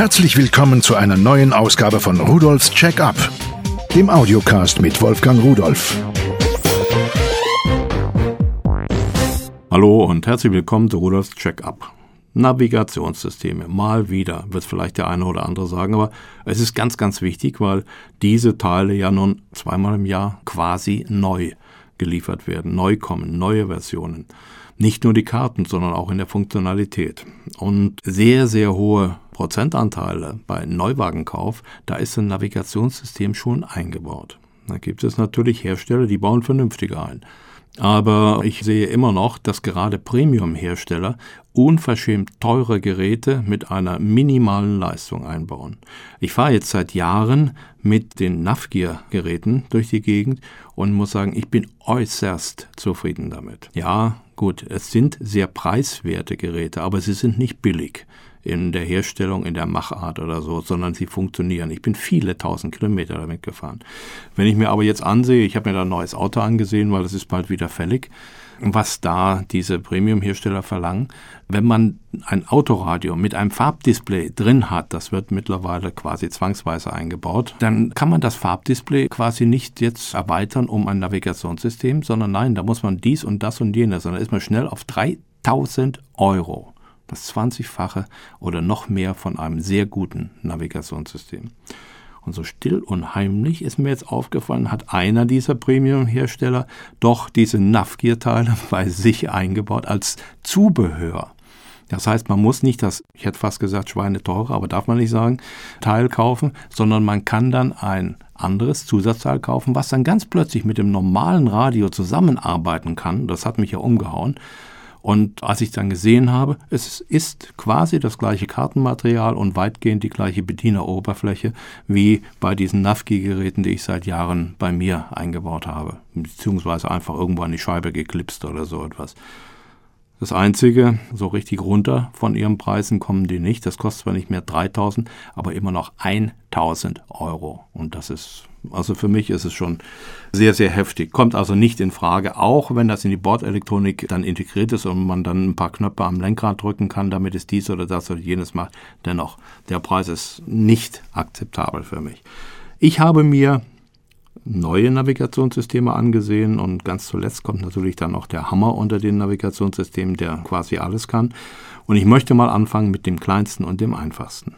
Herzlich willkommen zu einer neuen Ausgabe von Rudolfs Check-up, dem Audiocast mit Wolfgang Rudolf. Hallo und herzlich willkommen zu Rudolfs Check-up. Navigationssysteme, mal wieder, wird vielleicht der eine oder andere sagen, aber es ist ganz, ganz wichtig, weil diese Teile ja nun zweimal im Jahr quasi neu geliefert werden, neu kommen, neue Versionen. Nicht nur die Karten, sondern auch in der Funktionalität. Und sehr, sehr hohe Prozentanteile bei Neuwagenkauf, da ist ein Navigationssystem schon eingebaut. Da gibt es natürlich Hersteller, die bauen vernünftiger ein. Aber ich sehe immer noch, dass gerade Premium-Hersteller unverschämt teure Geräte mit einer minimalen Leistung einbauen. Ich fahre jetzt seit Jahren mit den Navgear-Geräten durch die Gegend und muss sagen, ich bin äußerst zufrieden damit. Ja, gut, es sind sehr preiswerte Geräte, aber sie sind nicht billig in der Herstellung, in der Machart oder so, sondern sie funktionieren. Ich bin viele tausend Kilometer damit gefahren. Wenn ich mir aber jetzt ansehe, ich habe mir da ein neues Auto angesehen, weil es ist bald wieder fällig, was da diese Premium-Hersteller verlangen. Wenn man ein Autoradio mit einem Farbdisplay drin hat, das wird mittlerweile quasi zwangsweise eingebaut, dann kann man das Farbdisplay quasi nicht jetzt erweitern um ein Navigationssystem, sondern nein, da muss man dies und das und jenes, sondern ist man schnell auf 3.000 €. Das 20-fache oder noch mehr von einem sehr guten Navigationssystem. Und so still und heimlich ist mir jetzt aufgefallen, hat einer dieser Premium-Hersteller doch diese Navgear-Teile bei sich eingebaut als Zubehör. Das heißt, man muss nicht das, ich hätte fast gesagt schweineteure, aber darf man nicht sagen, Teil kaufen, sondern man kann dann ein anderes Zusatzteil kaufen, was dann ganz plötzlich mit dem normalen Radio zusammenarbeiten kann. Das hat mich ja umgehauen. Und als ich dann gesehen habe, es ist quasi das gleiche Kartenmaterial und weitgehend die gleiche Bedieneroberfläche wie bei diesen Navgear-Geräten, die ich seit Jahren bei mir eingebaut habe, beziehungsweise einfach irgendwo an die Scheibe geklipst oder so etwas. Das Einzige, so richtig runter von ihren Preisen kommen die nicht. Das kostet zwar nicht mehr 3.000, aber immer noch 1.000 €. Und das ist, also für mich ist es schon sehr, sehr heftig. Kommt also nicht in Frage, auch wenn das in die Bordelektronik dann integriert ist und man dann ein paar Knöpfe am Lenkrad drücken kann, damit es dies oder das oder jenes macht. Dennoch, der Preis ist nicht akzeptabel für mich. Ich habe mir neue Navigationssysteme angesehen und ganz zuletzt kommt natürlich dann noch der Hammer unter den Navigationssystemen, der quasi alles kann. Und ich möchte mal anfangen mit dem kleinsten und dem einfachsten.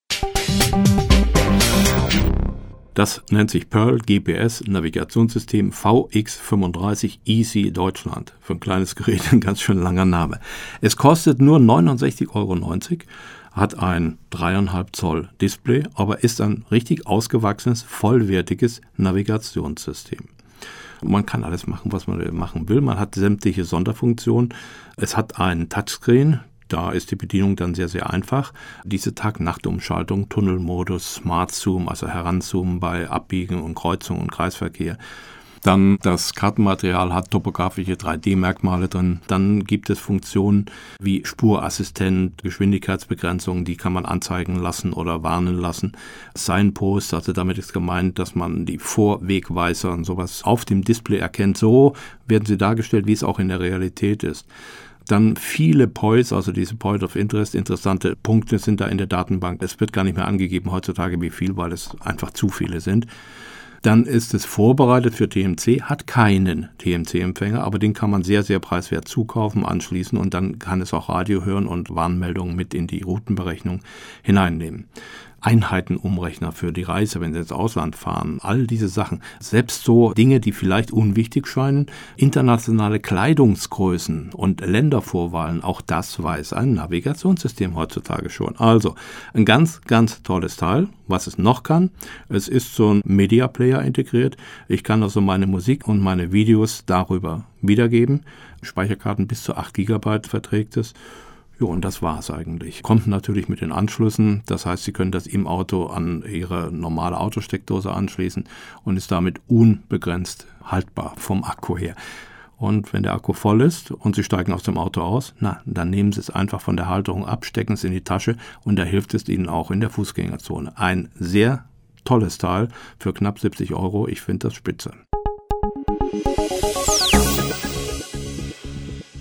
Das nennt sich Pearl GPS Navigationssystem VX35 Easy Deutschland. Für ein kleines Gerät ein ganz schön langer Name. Es kostet nur 69,90 €, hat ein 3,5 Zoll Display, aber ist ein richtig ausgewachsenes, vollwertiges Navigationssystem. Man kann alles machen, was man machen will. Man hat sämtliche Sonderfunktionen. Es hat einen Touchscreen. Da ist die Bedienung dann sehr, sehr einfach. Diese Tag-Nacht-Umschaltung, Tunnelmodus, Smart Zoom, also Heranzoomen bei Abbiegen und Kreuzung und Kreisverkehr. Dann das Kartenmaterial hat topografische 3D-Merkmale drin. Dann gibt es Funktionen wie Spurassistent, Geschwindigkeitsbegrenzung, die kann man anzeigen lassen oder warnen lassen. Signpost, also damit ist gemeint, dass man die Vorwegweiser und sowas auf dem Display erkennt. So werden sie dargestellt, wie es auch in der Realität ist. Dann viele POIs, also diese Point of Interest, interessante Punkte sind da in der Datenbank. Es wird gar nicht mehr angegeben heutzutage, wie viel, weil es einfach zu viele sind. Dann ist es vorbereitet für TMC, hat keinen TMC-Empfänger, aber den kann man sehr, sehr preiswert zukaufen, anschließen und dann kann es auch Radio hören und Warnmeldungen mit in die Routenberechnung hineinnehmen. Einheitenumrechner für die Reise, wenn Sie ins Ausland fahren, all diese Sachen. Selbst so Dinge, die vielleicht unwichtig scheinen, internationale Kleidungsgrößen und Ländervorwahlen, auch das weiß ein Navigationssystem heutzutage schon. Also ein ganz, ganz tolles Teil. Was es noch kann, es ist so ein Media Player integriert. Ich kann also meine Musik und meine Videos darüber wiedergeben. Speicherkarten bis zu 8 GB verträgt es. Ja, und das war's eigentlich. Kommt natürlich mit den Anschlüssen, das heißt, Sie können das im Auto an Ihre normale Autosteckdose anschließen und ist damit unbegrenzt haltbar vom Akku her. Und wenn der Akku voll ist und Sie steigen aus dem Auto aus, dann nehmen Sie es einfach von der Halterung ab, stecken es in die Tasche und da hilft es Ihnen auch in der Fußgängerzone. Ein sehr tolles Teil für knapp 70 €. Ich finde das spitze.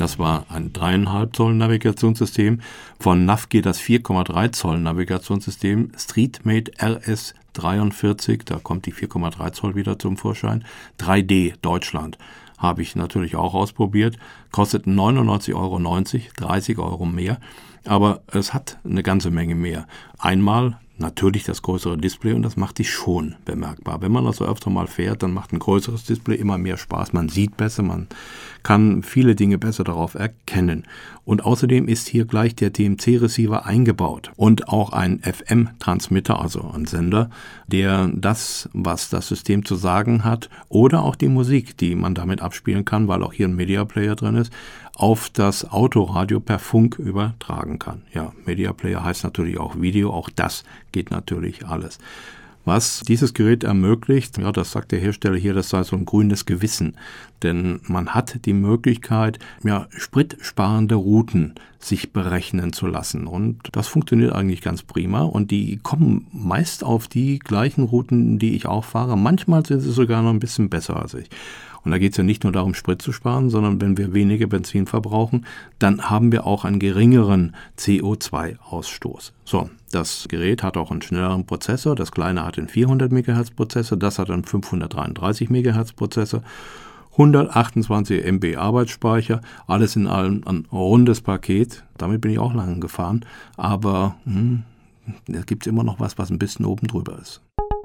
Das war ein 3,5 Zoll Navigationssystem. Von Navgear das 4,3 Zoll Navigationssystem StreetMate RS43, da kommt die 4,3 Zoll wieder zum Vorschein. 3D Deutschland habe ich natürlich auch ausprobiert. Kostet 99,90 €, 30 € mehr. Aber es hat eine ganze Menge mehr. Einmal natürlich das größere Display und das macht dich schon bemerkbar. Wenn man also öfter mal fährt, dann macht ein größeres Display immer mehr Spaß. Man sieht besser, man kann viele Dinge besser darauf erkennen. Und außerdem ist hier gleich der TMC-Receiver eingebaut und auch ein FM-Transmitter, also ein Sender, der das, was das System zu sagen hat oder auch die Musik, die man damit abspielen kann, weil auch hier ein Media Player drin ist, auf das Autoradio per Funk übertragen kann. Ja, Media Player heißt natürlich auch Video, auch das geht natürlich alles. Was dieses Gerät ermöglicht, ja, das sagt der Hersteller hier, das sei so ein grünes Gewissen, denn man hat die Möglichkeit, ja, spritsparende Routen sich berechnen zu lassen und das funktioniert eigentlich ganz prima und die kommen meist auf die gleichen Routen, die ich auch fahre. Manchmal sind sie sogar noch ein bisschen besser als ich. Und da geht es ja nicht nur darum, Sprit zu sparen, sondern wenn wir weniger Benzin verbrauchen, dann haben wir auch einen geringeren CO2-Ausstoß. So, das Gerät hat auch einen schnelleren Prozessor. Das kleine hat einen 400 MHz Prozessor, das hat einen 533 MHz Prozessor, 128 MB Arbeitsspeicher, alles in allem ein rundes Paket. Damit bin ich auch lange gefahren, aber da gibt es immer noch was ein bisschen oben drüber ist.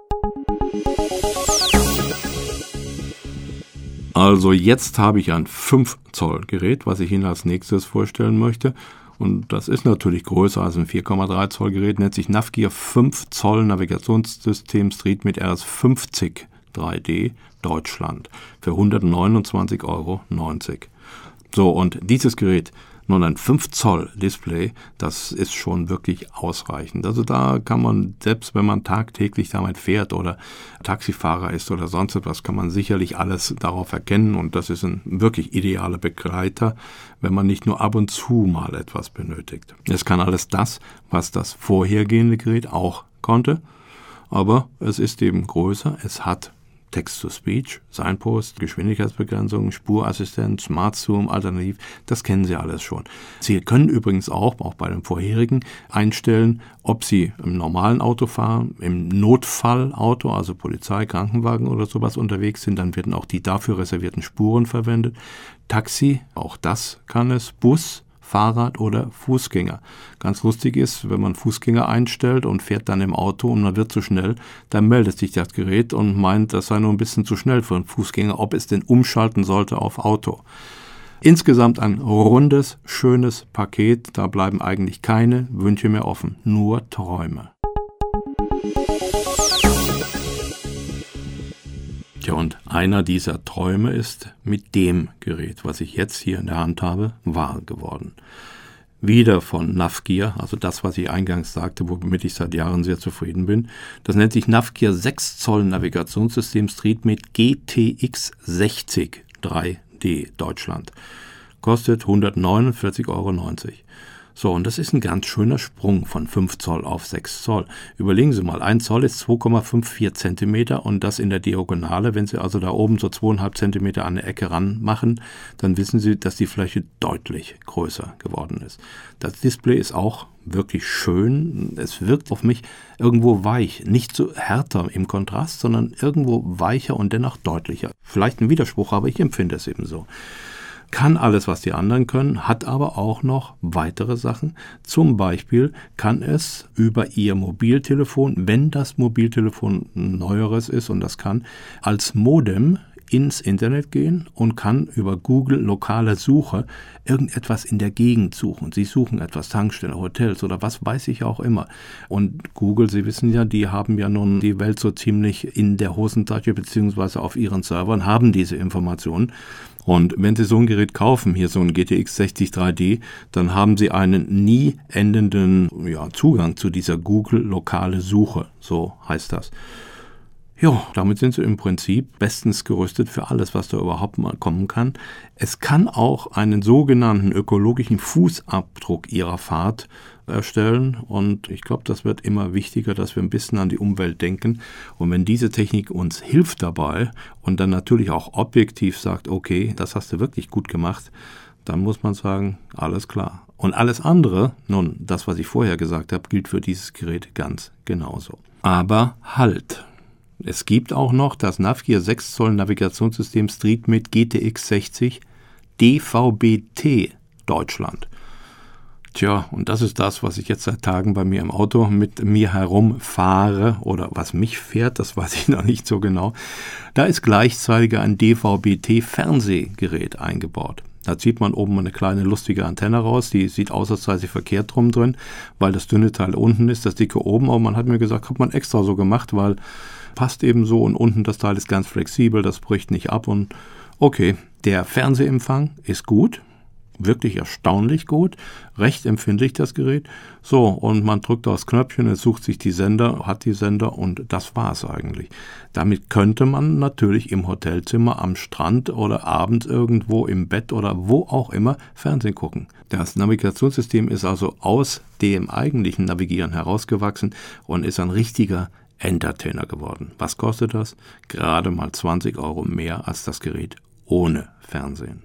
Also jetzt habe ich ein 5 Zoll Gerät, was ich Ihnen als nächstes vorstellen möchte. Und das ist natürlich größer als ein 4,3 Zoll Gerät, nennt sich Navgear 5 Zoll Navigationssystem StreetMate RS50 3D Deutschland für 129,90 €. So, und dieses Gerät, nun ein 5 Zoll Display, das ist schon wirklich ausreichend. Also da kann man, selbst wenn man tagtäglich damit fährt oder Taxifahrer ist oder sonst etwas, kann man sicherlich alles darauf erkennen und das ist ein wirklich idealer Begleiter, wenn man nicht nur ab und zu mal etwas benötigt. Es kann alles das, was das vorhergehende Gerät auch konnte, aber es ist eben größer, es hat Text-to-Speech, Signpost, Geschwindigkeitsbegrenzung, Spurassistent, Smart Zoom, Alternativ, das kennen Sie alles schon. Sie können übrigens auch bei dem vorherigen einstellen, ob Sie im normalen Auto fahren, im Notfallauto, also Polizei, Krankenwagen oder sowas unterwegs sind, dann werden auch die dafür reservierten Spuren verwendet. Taxi, auch das kann es, Bus, Fahrrad oder Fußgänger. Ganz lustig ist, wenn man Fußgänger einstellt und fährt dann im Auto und man wird zu schnell, dann meldet sich das Gerät und meint, das sei nur ein bisschen zu schnell für einen Fußgänger, ob es denn umschalten sollte auf Auto. Insgesamt ein rundes, schönes Paket, da bleiben eigentlich keine Wünsche mehr offen, nur Träume. Ja, und einer dieser Träume ist mit dem Gerät, was ich jetzt hier in der Hand habe, wahr geworden. Wieder von Navgear, also das, was ich eingangs sagte, womit ich seit Jahren sehr zufrieden bin. Das nennt sich Navgear 6 Zoll Navigationssystem StreetMate GTX60 3D Deutschland. Kostet 149,90 €. So, und das ist ein ganz schöner Sprung von 5 Zoll auf 6 Zoll. Überlegen Sie mal, 1 Zoll ist 2,54 Zentimeter und das in der Diagonale. Wenn Sie also da oben so 2,5 Zentimeter an der Ecke ranmachen, dann wissen Sie, dass die Fläche deutlich größer geworden ist. Das Display ist auch wirklich schön. Es wirkt auf mich irgendwo weich. Nicht so härter im Kontrast, sondern irgendwo weicher und dennoch deutlicher. Vielleicht ein Widerspruch, aber ich empfinde es eben so. Kann alles, was die anderen können, hat aber auch noch weitere Sachen. Zum Beispiel kann es über Ihr Mobiltelefon, wenn das Mobiltelefon ein neueres ist und das kann, als Modem ins Internet gehen und kann über Google lokale Suche irgendetwas in der Gegend suchen. Sie suchen etwas, Tankstelle, Hotels oder was weiß ich auch immer. Und Google, Sie wissen ja, die haben ja nun die Welt so ziemlich in der Hosentasche beziehungsweise auf ihren Servern, haben diese Informationen. Und wenn Sie so ein Gerät kaufen, hier so ein GTX 60 3D, dann haben Sie einen nie endenden Zugang zu dieser Google-lokale Suche, so heißt das. Ja, damit sind Sie im Prinzip bestens gerüstet für alles, was da überhaupt mal kommen kann. Es kann auch einen sogenannten ökologischen Fußabdruck Ihrer Fahrt erstellen und ich glaube, das wird immer wichtiger, dass wir ein bisschen an die Umwelt denken und wenn diese Technik uns hilft dabei und dann natürlich auch objektiv sagt, okay, das hast du wirklich gut gemacht, dann muss man sagen, alles klar. Und alles andere, nun, das, was ich vorher gesagt habe, gilt für dieses Gerät ganz genauso. Aber halt! Es gibt auch noch das Navgear 6 Zoll Navigationssystem StreetMate GTX 60 DVB-T Deutschland. Tja, und das ist das, was ich jetzt seit Tagen bei mir im Auto mit mir herumfahre oder was mich fährt, das weiß ich noch nicht so genau. Da ist gleichzeitig ein DVB-T-Fernsehgerät eingebaut. Da zieht man oben eine kleine lustige Antenne raus, die sieht aus, als sei sie verkehrt drum drin, weil das dünne Teil unten ist, das dicke oben. Aber man hat mir gesagt, hat man extra so gemacht, weil passt eben so und unten das Teil ist ganz flexibel, das bricht nicht ab. Und okay, der Fernsehempfang ist gut. Wirklich erstaunlich gut, recht empfindlich das Gerät. So, und man drückt aufs Knöpfchen, es sucht sich die Sender, hat die Sender und das war's eigentlich. Damit könnte man natürlich im Hotelzimmer, am Strand oder abends irgendwo im Bett oder wo auch immer Fernsehen gucken. Das Navigationssystem ist also aus dem eigentlichen Navigieren herausgewachsen und ist ein richtiger Entertainer geworden. Was kostet das? Gerade mal 20 € mehr als das Gerät ohne Fernsehen.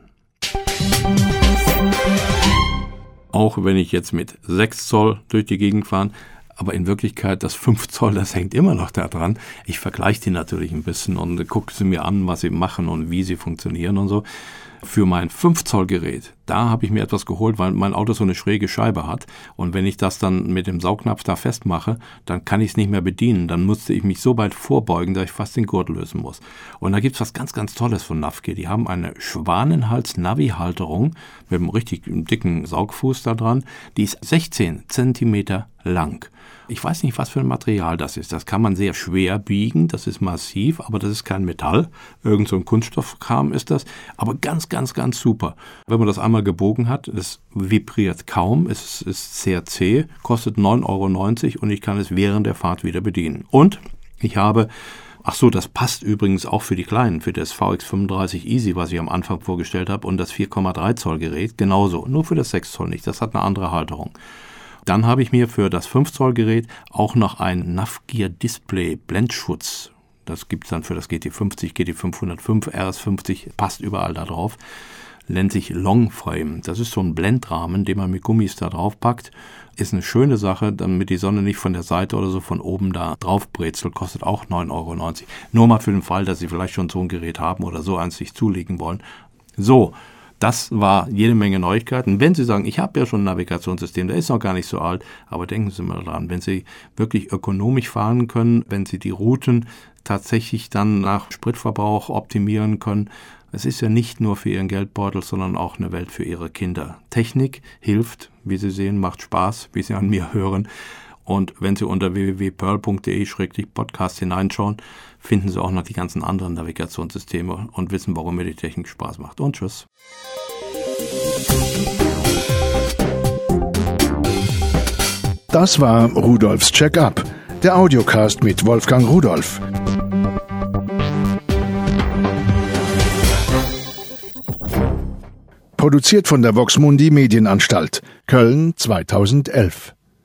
Auch wenn ich jetzt mit 6 Zoll durch die Gegend fahre, aber in Wirklichkeit das 5 Zoll, das hängt immer noch da dran. Ich vergleiche die natürlich ein bisschen und gucke sie mir an, was sie machen und wie sie funktionieren und so. Für mein 5 Zoll Gerät, da habe ich mir etwas geholt, weil mein Auto so eine schräge Scheibe hat. Und wenn ich das dann mit dem Saugnapf da festmache, dann kann ich es nicht mehr bedienen. Dann musste ich mich so weit vorbeugen, dass ich fast den Gurt lösen muss. Und da gibt es was ganz, ganz Tolles von Navgear. Die haben eine Schwanenhals-Navi-Halterung mit einem richtig dicken Saugfuß da dran. Die ist 16 Zentimeter lang. Ich weiß nicht, was für ein Material das ist. Das kann man sehr schwer biegen, das ist massiv, aber das ist kein Metall. Irgend so ein Kunststoffkram ist das, aber ganz, ganz, ganz super. Wenn man das einmal gebogen hat, es vibriert kaum, es ist sehr zäh, kostet 9,90 € und ich kann es während der Fahrt wieder bedienen. Und ich habe, das passt übrigens auch für die Kleinen, für das VX35 Easy, was ich am Anfang vorgestellt habe, und das 4,3 Zoll Gerät genauso, nur für das 6 Zoll nicht, das hat eine andere Halterung. Dann habe ich mir für das 5 Zoll Gerät auch noch ein Navgear Display Blendschutz. Das gibt es dann für das GT50, GT505, RS50, passt überall da drauf. Nennt sich Longframe. Das ist so ein Blendrahmen, den man mit Gummis da drauf packt. Ist eine schöne Sache, damit die Sonne nicht von der Seite oder so von oben da drauf brezelt. Kostet auch 9,90 €. Nur mal für den Fall, dass Sie vielleicht schon so ein Gerät haben oder so eins sich zulegen wollen. So. Das war jede Menge Neuigkeiten. Wenn Sie sagen, ich habe ja schon ein Navigationssystem, der ist noch gar nicht so alt, aber denken Sie mal dran, wenn Sie wirklich ökonomisch fahren können, wenn Sie die Routen tatsächlich dann nach Spritverbrauch optimieren können, es ist ja nicht nur für Ihren Geldbeutel, sondern auch eine Welt für Ihre Kinder. Technik hilft, wie Sie sehen, macht Spaß, wie Sie an mir hören. Und wenn Sie unter www.pearl.de/podcast hineinschauen, finden Sie auch noch die ganzen anderen Navigationssysteme und wissen, warum mir die Technik Spaß macht. Und tschüss. Das war Rudolfs Check-up, der Audiocast mit Wolfgang Rudolf. Produziert von der Vox Mundi Medienanstalt, Köln 2011.